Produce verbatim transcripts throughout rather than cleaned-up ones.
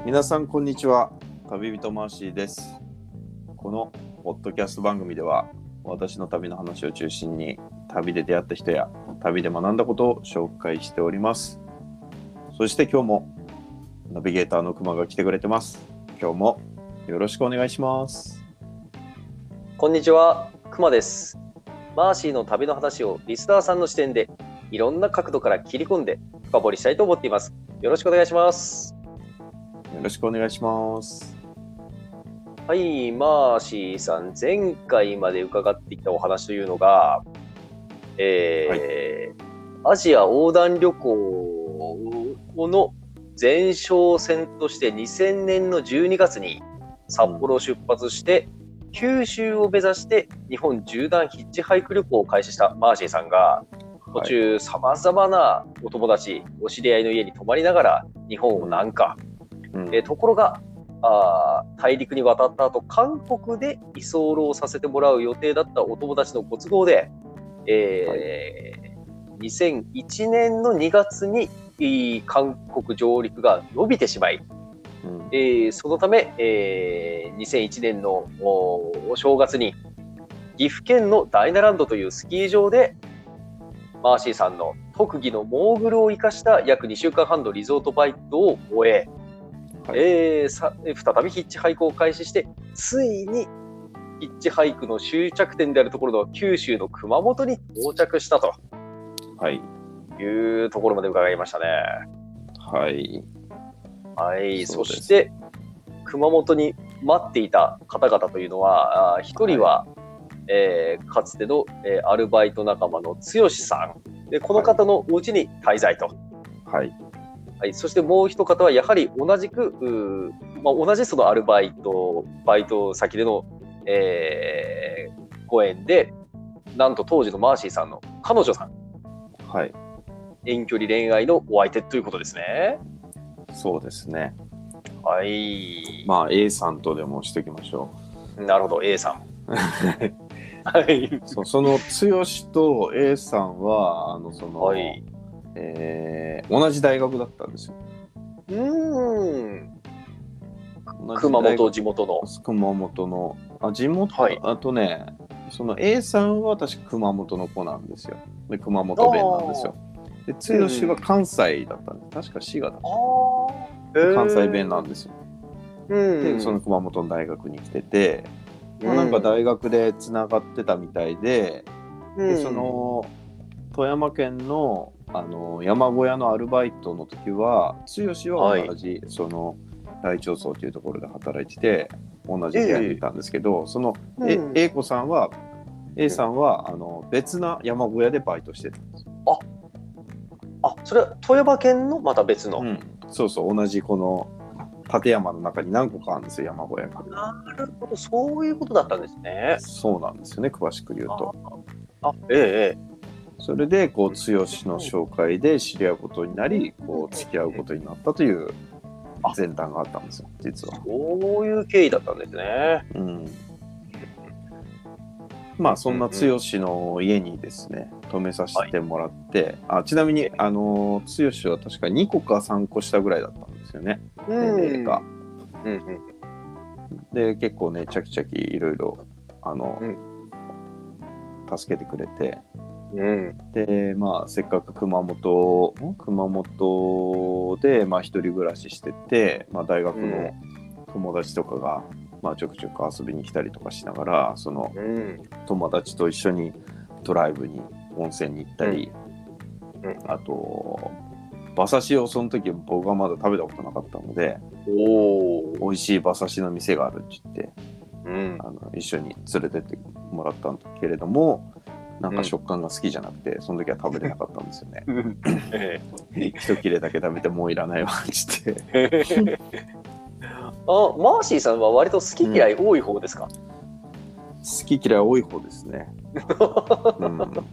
皆さんこんにちは。旅人マーシーです。このポッドキャスト番組では、私の旅の話を中心に旅で出会った人や旅で学んだことを紹介しております。そして今日もナビゲーターのくまが来てくれてます。今日もよろしくお願いします。 こんにちは、くまです。マーシーの旅の話をリスナーさんの視点でいろんな角度から切り込んで深掘りしたいと思っています。よろしくお願いします。 よろしくお願いします。 はい、マーシーさん、前回まで伺ってきたお話というのが、えーはい、アジア横断旅行の前哨戦としてにせんねんのじゅうにがつに札幌を出発して、うん、九州を目指して日本縦断ヒッチハイク旅行を開始したマーシーさんが、途中さまざまなお友達、お知り合いの家に泊まりながら日本を南下、うんえー、ところがあ大陸に渡った後、韓国で居候させてもらう予定だったお友達のご都合で、えーはい、にせんいちねんのにがつに韓国上陸が延びてしまい、うんえー、そのため、えー、にせんいちねんのお正月に岐阜県のダイナランドというスキー場でマーシーさんの特技のモーグルを生かした約にしゅうかんはんのリゾートバイトを終え、はいえー、さ再びヒッチハイクを開始して、ついにヒッチハイクの終着点であるところの九州の熊本に到着したと、はい、いうところまで伺いましたね。 はい、 はい、そして熊本に待っていた方々というのは、一人は、はいえー、かつての、えー、アルバイト仲間の剛さんで、この方のお家に滞在と、はいはい、そしてもう一方はやはり同じく、まあ、同じそのアルバイトバイト先での、えー、ご縁で、なんと当時のマーシーさんの彼女さん、はい、遠距離恋愛のお相手ということですね。 そうですね。 はい。 まあ A さんとでもしておきましょう。なるほど、 A さんはい、そ, その剛と A さんはあのその、はいえー、同じ大学だったんですよ。 うーん熊本地元の熊本のあ地元、はい、あとねその A さんは確か熊本の子なんですよ。で熊本弁なんですよ。で剛は関西だったんです、うん、確か滋賀だったで関西弁なんですよ。うんでその熊本の大学に来てて、まあ、なんか大学でつながってたみたいで、うん、でその富山県の、あの山小屋のアルバイトの時は剛は同じ、はい、その大町荘というところで働いてて同じ部屋にいたんですけど、えー、その、うん、A 子さんは A さんはあの別な山小屋でバイトしてたんですよ。 あ、あそれは富山県のまた別の、 うん、そうそう同じこの立山の中に何個かあるんですよ、山小屋が。 なるほど、そういうことだったんですね。 そうなんですよね、詳しく言うと。 あ、あええ。 それでこう剛の紹介で知り合うことになり、こう付き合うことになったという前段があったんですよ、実は。 そういう経緯だったんですね。 うん。まあそんな剛の家にですね、泊めさせてもらって、はい、あちなみにあの剛は確かにこかさんこ下ぐらいだったんですよね、年齢が。うんうん、で結構ねチャキチャキいろいろあの、うん、助けてくれて、うん、でまあせっかく熊本熊本でまあ一人暮らししてて、まあ、大学の友達とかが、まあ、ちょくちょく遊びに来たりとかしながら、その、うん、友達と一緒にドライブに温泉に行ったり、うんうん、あと馬刺しをその時僕はまだ食べたことなかったので、お美味しい馬刺しの店があるって言って、うん、あの一緒に連れてってもらったんだけれども、なんか食感が好きじゃなくて、うん、その時は食べれなかったんですよね。えー、一切れだけ食べてもういらないわって言ってあ、マーシーさんは割と好き嫌い多い方ですか？うん、 好き嫌い多い方ですね。うん、だから、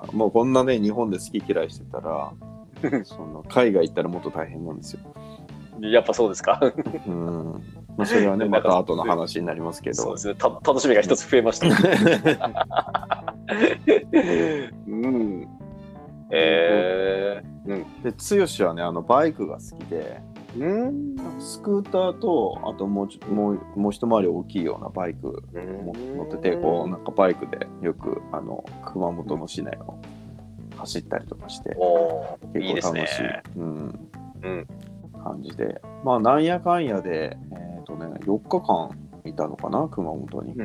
うん、もうこんなね日本で好き嫌いしてたらその海外行ったらもっと大変なんですよ。 やっぱそうですか？ うん、まあ、それはねまた後の話になりますけど、 そうですね、た楽しみが一つ増えました。うん、えー、 うん、で剛はねあのバイクが好きで。 うん。 スクーターと、あともうちょもうもう一回り大きいようなバイクも乗ってて、こうなんかバイクでよくあの熊本の市内を走ったりとかして、 おー、いいです結構楽しい、 ね。 うんうん。 感じで、まあなんやかんやで、えっとね、よっかかんいたのかな、熊本に。 うん、へ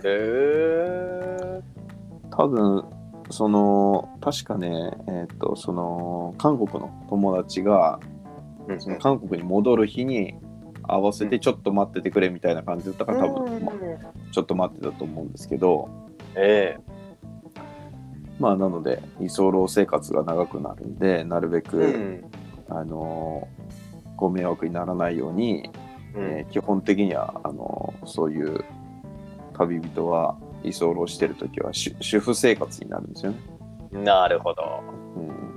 え。 多分その確かね、えっとその韓国の友達がうん、 その韓国に戻る日に合わせてちょっと待っててくれみたいな感じだったから、多分、まあ、ちょっと待ってたと思うんですけど、 ええ。 まあなので居候生活が長くなるんで、なるべく、 うん。 あのご迷惑にならないように、 うん、 えー基本的にはあのそういう旅人は居候してるときは主主婦生活になるんですよね。 なるほど。 うん、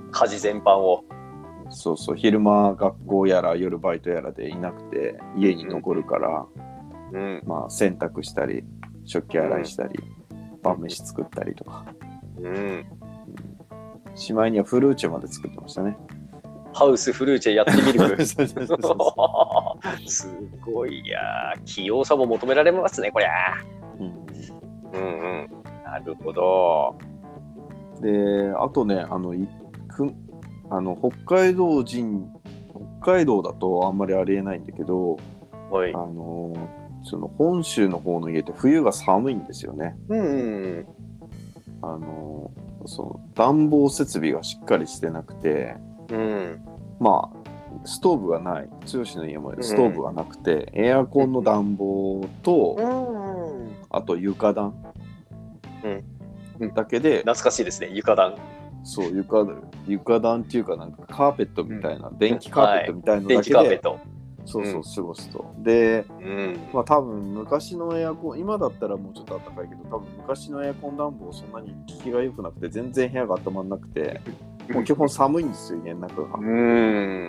家事全般を。 そうそう、昼間学校やら夜バイトやらでいなくて家に残るから、 うん。 まあ洗濯したり食器洗いしたり、晩飯作ったりとか、 うん。 しまいにはフルーチェまで作ってましたね。 ハウスフルーチェやってみる。 そうそうそうそすごいやー、器用さも求められますね、こりゃ。 う、うん、 うんうん。なるほど。 で、あとね、あのいくあの北海道人北海道だとあんまりありえないんだけど、 はい。 あのその本州の方の家って冬が寒いんですよね。 うんうんあのその暖房設備がしっかりしてなくて、 うん。うん。 まあストーブがない、剛の家もストーブがなくて、うん、エアコンの暖房と、 うん。 あと床暖うん。 だけで、 懐かしいですね、床暖。 そう、床床暖っていうかなんかカーペットみたいな、うん、電気カーペットみたいなの電だけで、 気カーペット。 そうそう過ごすと、うん、で、 うん、 まあ多分昔のエアコン、今だったらもうちょっと暖かいけど、多分昔のエアコン暖房そんなに効きが良くなくて全然部屋が温まんなくて、もう基本寒いんですよ、家の中が。 うん。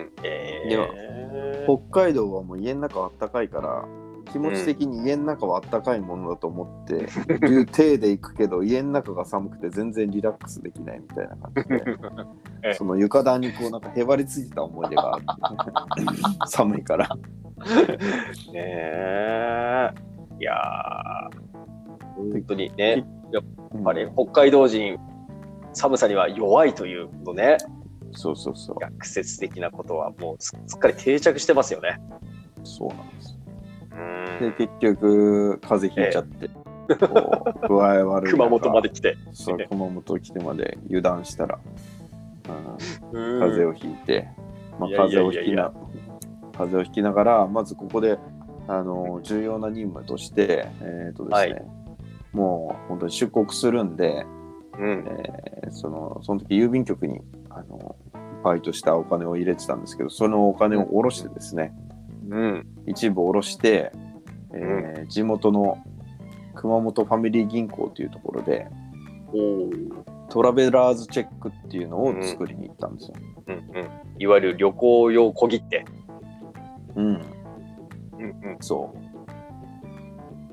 えー、北海道はもう家の中暖かいから気持ち的に家の中は暖かいものだと思っていう体で行くけど、家の中が寒くて全然リラックスできないみたいな感じでその床暖にこうなんかへばりついてた思い出がある寒いからねえ。いやー本当にね、やっぱり北海道人寒さには弱いということね。 そうそうそう。 逆説的なことはもうすっかり定着してますよね。 そうなんです。で結局風邪ひいちゃって、えー、こう具合悪い熊本まで来て、 そう熊本来てまで油断したら、うん、風邪をひいて、まあ、風邪をひきな風邪をひきながらまずここであの重要な任務としてえっ、ー、とですね、はい、もう本当に出国するんで、うんえー、そのその時郵便局にあのバイトしたお金を入れてたんですけど、そのお金を下ろしてですね、うん、一部下ろして、えー、地元の熊本ファミリー銀行というところで、うん、トラベラーズチェックっていうのを作りに行ったんですよ。 うんうんうん、いわゆる旅行用小切手。 うん。うんうん、そう。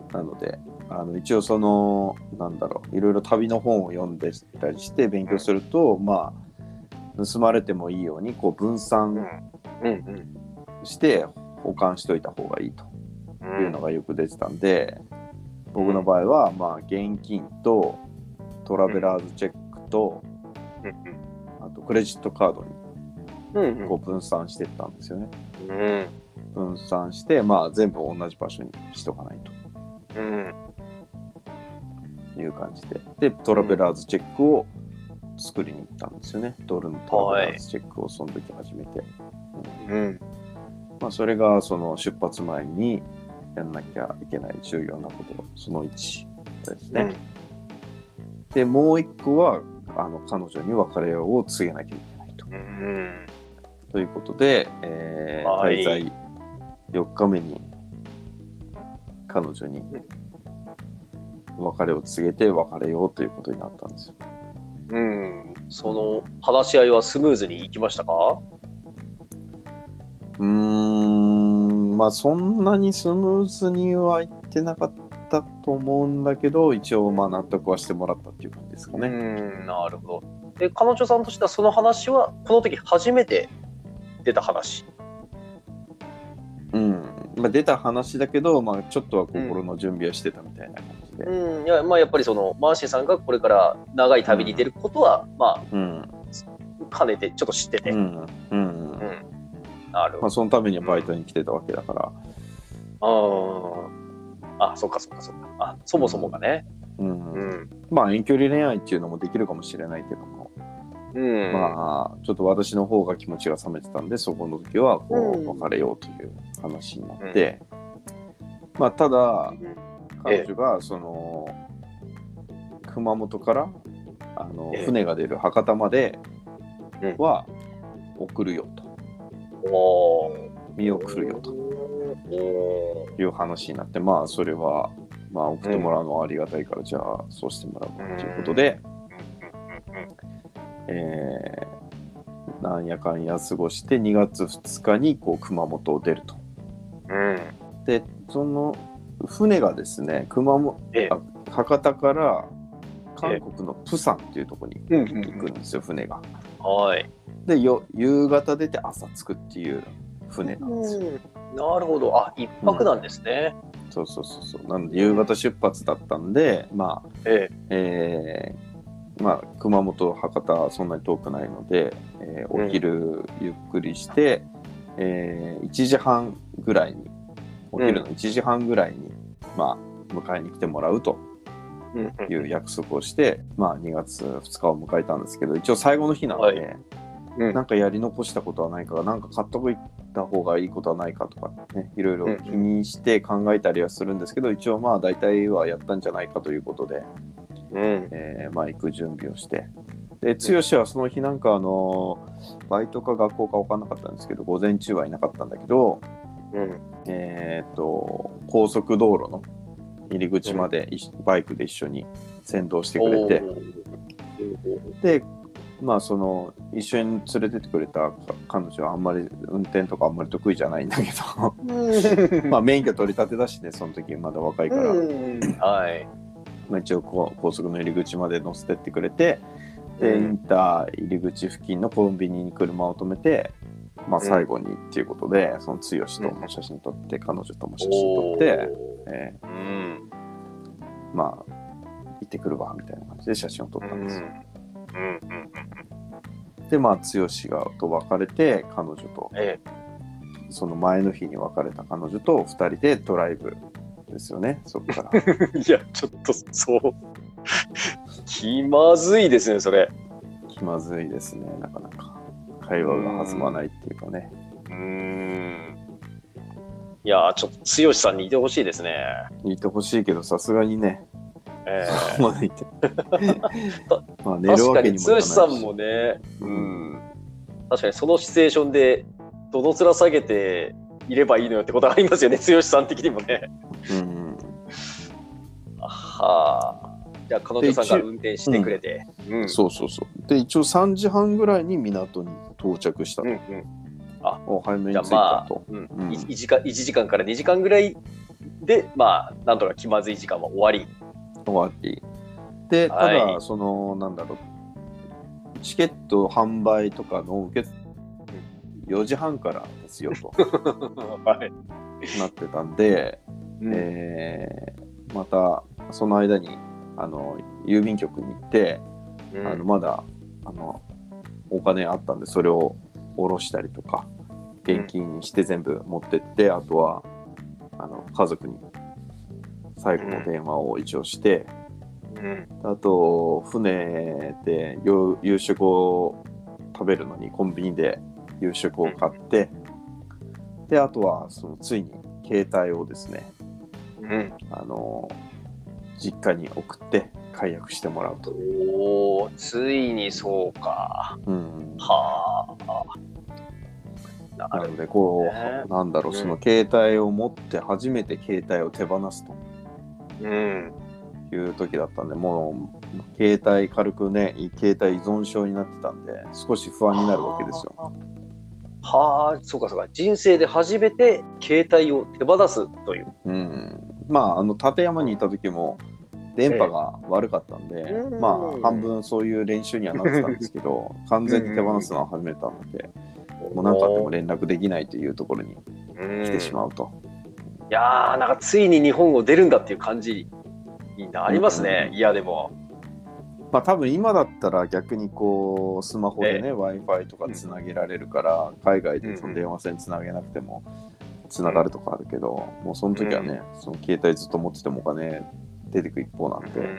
なので、あの一応そのなんだろう、いろいろ旅の本を読んでたりして勉強すると、うん、まあ盗まれてもいいようにこう分散して保管しといた方がいいというのがよく出てたんで、うん、僕の場合はまあ現金とトラベラーズチェックと、うん、あとクレジットカードにこう分散していったんですよね。うん、分散してまあ全部同じ場所にしとかないと。うんいう感じで、でトラベラーズチェックを作りに行ったんですよね。ドルのトラベラーズチェックをその時始めて、うんうんまあ、それがその出発前にやんなきゃいけない重要なことそのいちですね。うん、でもう一個はあの彼女に別れを告げなきゃいけないと、うん、ということで、えー、滞在よっかめに彼女に別れを告げて別れようということになったんですよ。 うん、その話し合いはスムーズにいきましたか？ うーん、まあそんなにスムーズにはいってなかったと思うんだけど、一応まあ納得はしてもらったっていう感じですかね。 うん、なるほど。で、彼女さんとしてはその話はこの時初めて出た話？ うんまあ、出た話だけど、まあ、ちょっとは心の準備はしてたみたいな感じで、 うん、いやまあやっぱりそのマーシーさんがこれから長い旅に出ることは、うん、まあ、 うん、 兼ねてちょっと知ってて、うんうんうん、なるほど、 まあ、そのためにバイトに来てたわけだから、 うん、ああそっかそっかそっか、あそもそもがね、 うんうん、まあ遠距離恋愛っていうのもできるかもしれないけども、うん、まあちょっと私の方が気持ちが冷めてたんで、そこの時はこう別れようという話になって、うん、まあただ彼女がその熊本からあの船が出る博多までは送るよと、見送るよという話になって、まあそれはまあ送ってもらうのはありがたいから、じゃあそうしてもらうということで、えー、なんやかんや過ごしてにがつふつかにこう熊本を出ると、うん、でその船がですね熊本、ええ、博多から韓国のプサンっていうところに行くんですよ、ええ、船が。はい。でよ夕方出て朝着くっていう船なんですよ。 なるほど、あ一泊なんですね。 うん、そうそうそうそう。なので夕方出発だったんで、まあ、えええーまあ、熊本博多そんなに遠くないので、えー、お昼ゆっくりして、うん、えー、いちじはんぐらいにお昼のいちじはんぐらいに、まあ、迎えに来てもらうという約束をして、まあ、にがつふつかを迎えたんですけど、一応最後の日なので、はいうん、なんかやり残したことはないか、なんか買っといた方がいいことはないかとかね、いろいろ気にして考えたりはするんですけど、一応まあ大体はやったんじゃないかということで、うんえー、まあ行く準備をして、で剛はその日なんかあのバイトか学校か分かんなかったんですけど、午前中はいなかったんだけど、うん、えー、と高速道路の入り口まで、うん、バイクで一緒に先導してくれて、でまあその一緒に連れてってくれた彼女はあんまり運転とかあんまり得意じゃないんだけどまあ免許取り立てだしね、その時まだ若いから、はいまあ、一応こう高速の入り口まで乗せてってくれて、でインター入り口付近のコンビニに車を止めて、まあ、最後にっていうことで、うん、その剛とも写真撮って、うん、彼女とも写真撮って、えーうん、まあ行ってくるわみたいな感じで写真を撮ったんですよ、うんうんうん、でまあ剛がと別れて彼女と、ええ、その前の日に別れた彼女とふたりでドライブですよね、そこからいやちょっとそう気まずいですね、それ気まずいですね、なかなか会話が弾まないっていうかね。うーんいやちょっと剛さんにいてほしいですね。 いてほしいけどさすがにね、えー、まあいてまあ寝るわけにもいかないし、剛さんもね、うん、確かにそのシチュエーションでどの面下げていればいいのよってことありますよね、剛さん的にもね。うん、はあ。じゃあ彼女さんが運転してくれて、 うんうん、そうそうそう。で一応さんじはんぐらいに港に到着したと。うんうん、 あ、お早めに着いたと。まあうんうん、いちじかんいちじかんからにじかんぐらいで、まあなんとか気まずい時間は終わり。 終わり。でただ、はい、そのなんだろう、チケット販売とかの受けよじはんからですよと、はい、なってたんで、うんえー、またその間にあの郵便局に行って、うん、あのまだあのお金あったんでそれを下ろしたりとか現金にして全部持ってって、うん、あとはあの家族に最後の電話を一応して、うん、あと船で夕食を食べるのにコンビニで夕食を買って、うん、であとはそのついに携帯をですね、うん、あの実家に送って解約してもらうと。 おー、ついにそうか、うん、はあなのでこうなんだろう、うん、その携帯を持って初めて携帯を手放すと、うん、いう時だったんで、もう携帯軽くね携帯依存症になってたんで少し不安になるわけですよ。 はあ、そうかそうか、人生で初めて携帯を手放すという、 うん、まああの立山にいた時も電波が悪かったんで、えー、まあ半分そういう練習にはなってたんですけど完全に手放すのは初めてなので、もう何かあっても連絡できないというところに来てしまうと。 いやー、なんかついに日本を出るんだっていう感じになりますね。いや、でも。 まあ多分今だったら逆にこうスマホでね、ええ、Wi-Fi とかつなげられるから、うん、海外でその電話線つなげなくてもつながるとかあるけど、うん、もうその時はね、うん、その携帯ずっと持っててもお金出てく一方なんで、うんうんうん、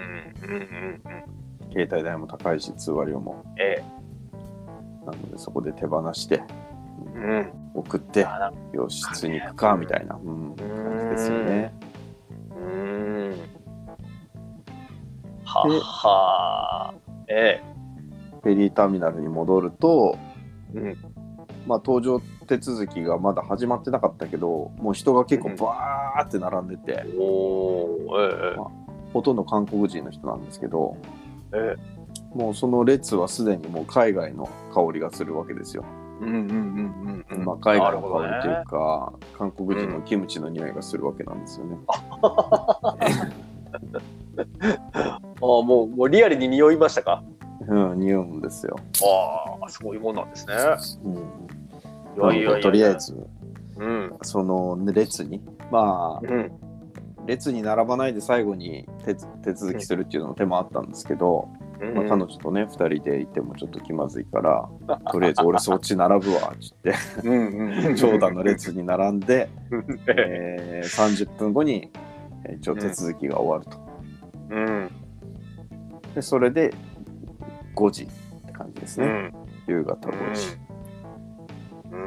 携帯代も高いし通話料も、ええ、なのでそこで手放して、うん、送って洋室に行くかみたいな、うん、感じですよね。うんははええ、 フェリーターミナルに戻ると、うん、まあ搭乗手続きがまだ始まってなかったけど、もう人が結構バーって並んでて、うん、おええまあ、ほとんど韓国人の人なんですけど、ええ、もうその列はすでにもう海外の香りがするわけですよ。うんうんうんうん、まあ海外の香りというか、ね、韓国人のキムチの匂いがするわけなんですよね。 ああ、もう、もうリアルに匂いましたか？ うん、匂うんですよ。 ああ、そういうもんなんですね。 うん、いやいやいやいや、とりあえず、うん、その列に、まあ、うん、列に並ばないで最後に 手, 手続きするっていうのも手もあったんですけど、うんまあ、彼女とねふたりでいてもちょっと気まずいから、とりあえず俺そっち並ぶわっつって長蛇の列に並んで、えー、さんじゅっぷんごに一応手続きが終わると、うん、でそれでごじって感じですね、うん、夕方ごじ、うん、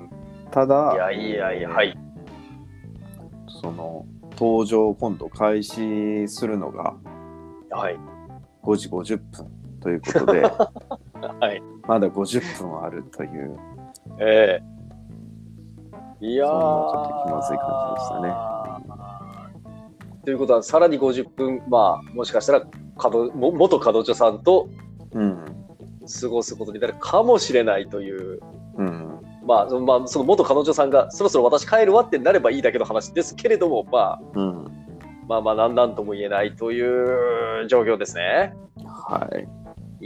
ただいやいやいや、はい、 その搭乗を今度開始するのがはいごじごじゅっぷんということで、はい、まだごじゅっぷんあるという、えー、いやー、 そんなちょっと気まずい感じでしたね。 ということはさらにごじゅっぷん、まあ、もしかしたらも元彼女さんと過ごすことになるかもしれないという、うんまあそのまあ、その元彼女さんがそろそろ私帰るわってなればいいだけの話ですけれども、まあうんまあまあ何なんとも言えないという状況ですね。 はい。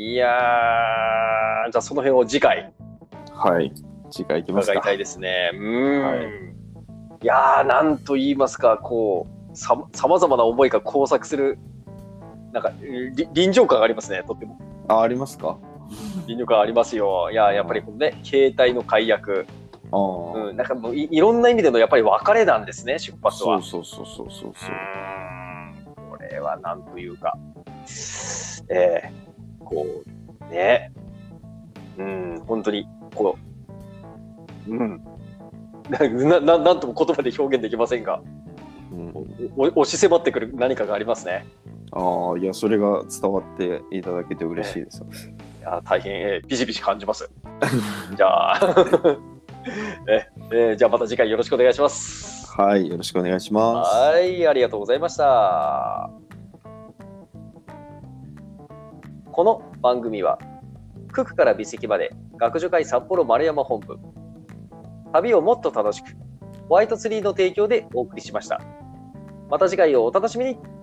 いやー、じゃあその辺を次回。 はい。次回いきますか。 伺いたいですね。うん。はい、いやー、なんと言いますか、こう、さ、さまざまな思いが交錯する、なんか、臨場感がありますね、とっても。 あ、ありますか？ 臨場感ありますよ。いや、やっぱりこのね、携帯の解約。あうん、なんかもう い, いろんな意味でのやっぱり別れなんですね、出発は。 そうそうそうそうそうそう。 これはなんというか、えー、こうね、うん、本当にこう、うん、な, な, なんとも言葉で表現できませんが、うん、お押し迫ってくる何かがありますね。 ああ、いや、それが伝わっていただけて嬉しいですよ。 いや、大変、えー、ビシビシ感じます。じゃあ。ええー、じゃあまた次回よろしくお願いします。 はい、よろしくお願いします。 はい、ありがとうございました。この番組は九九から美石まで学女会札幌丸山本部、旅をもっと楽しくホワイトツリーの提供でお送りしました。また次回をお楽しみに。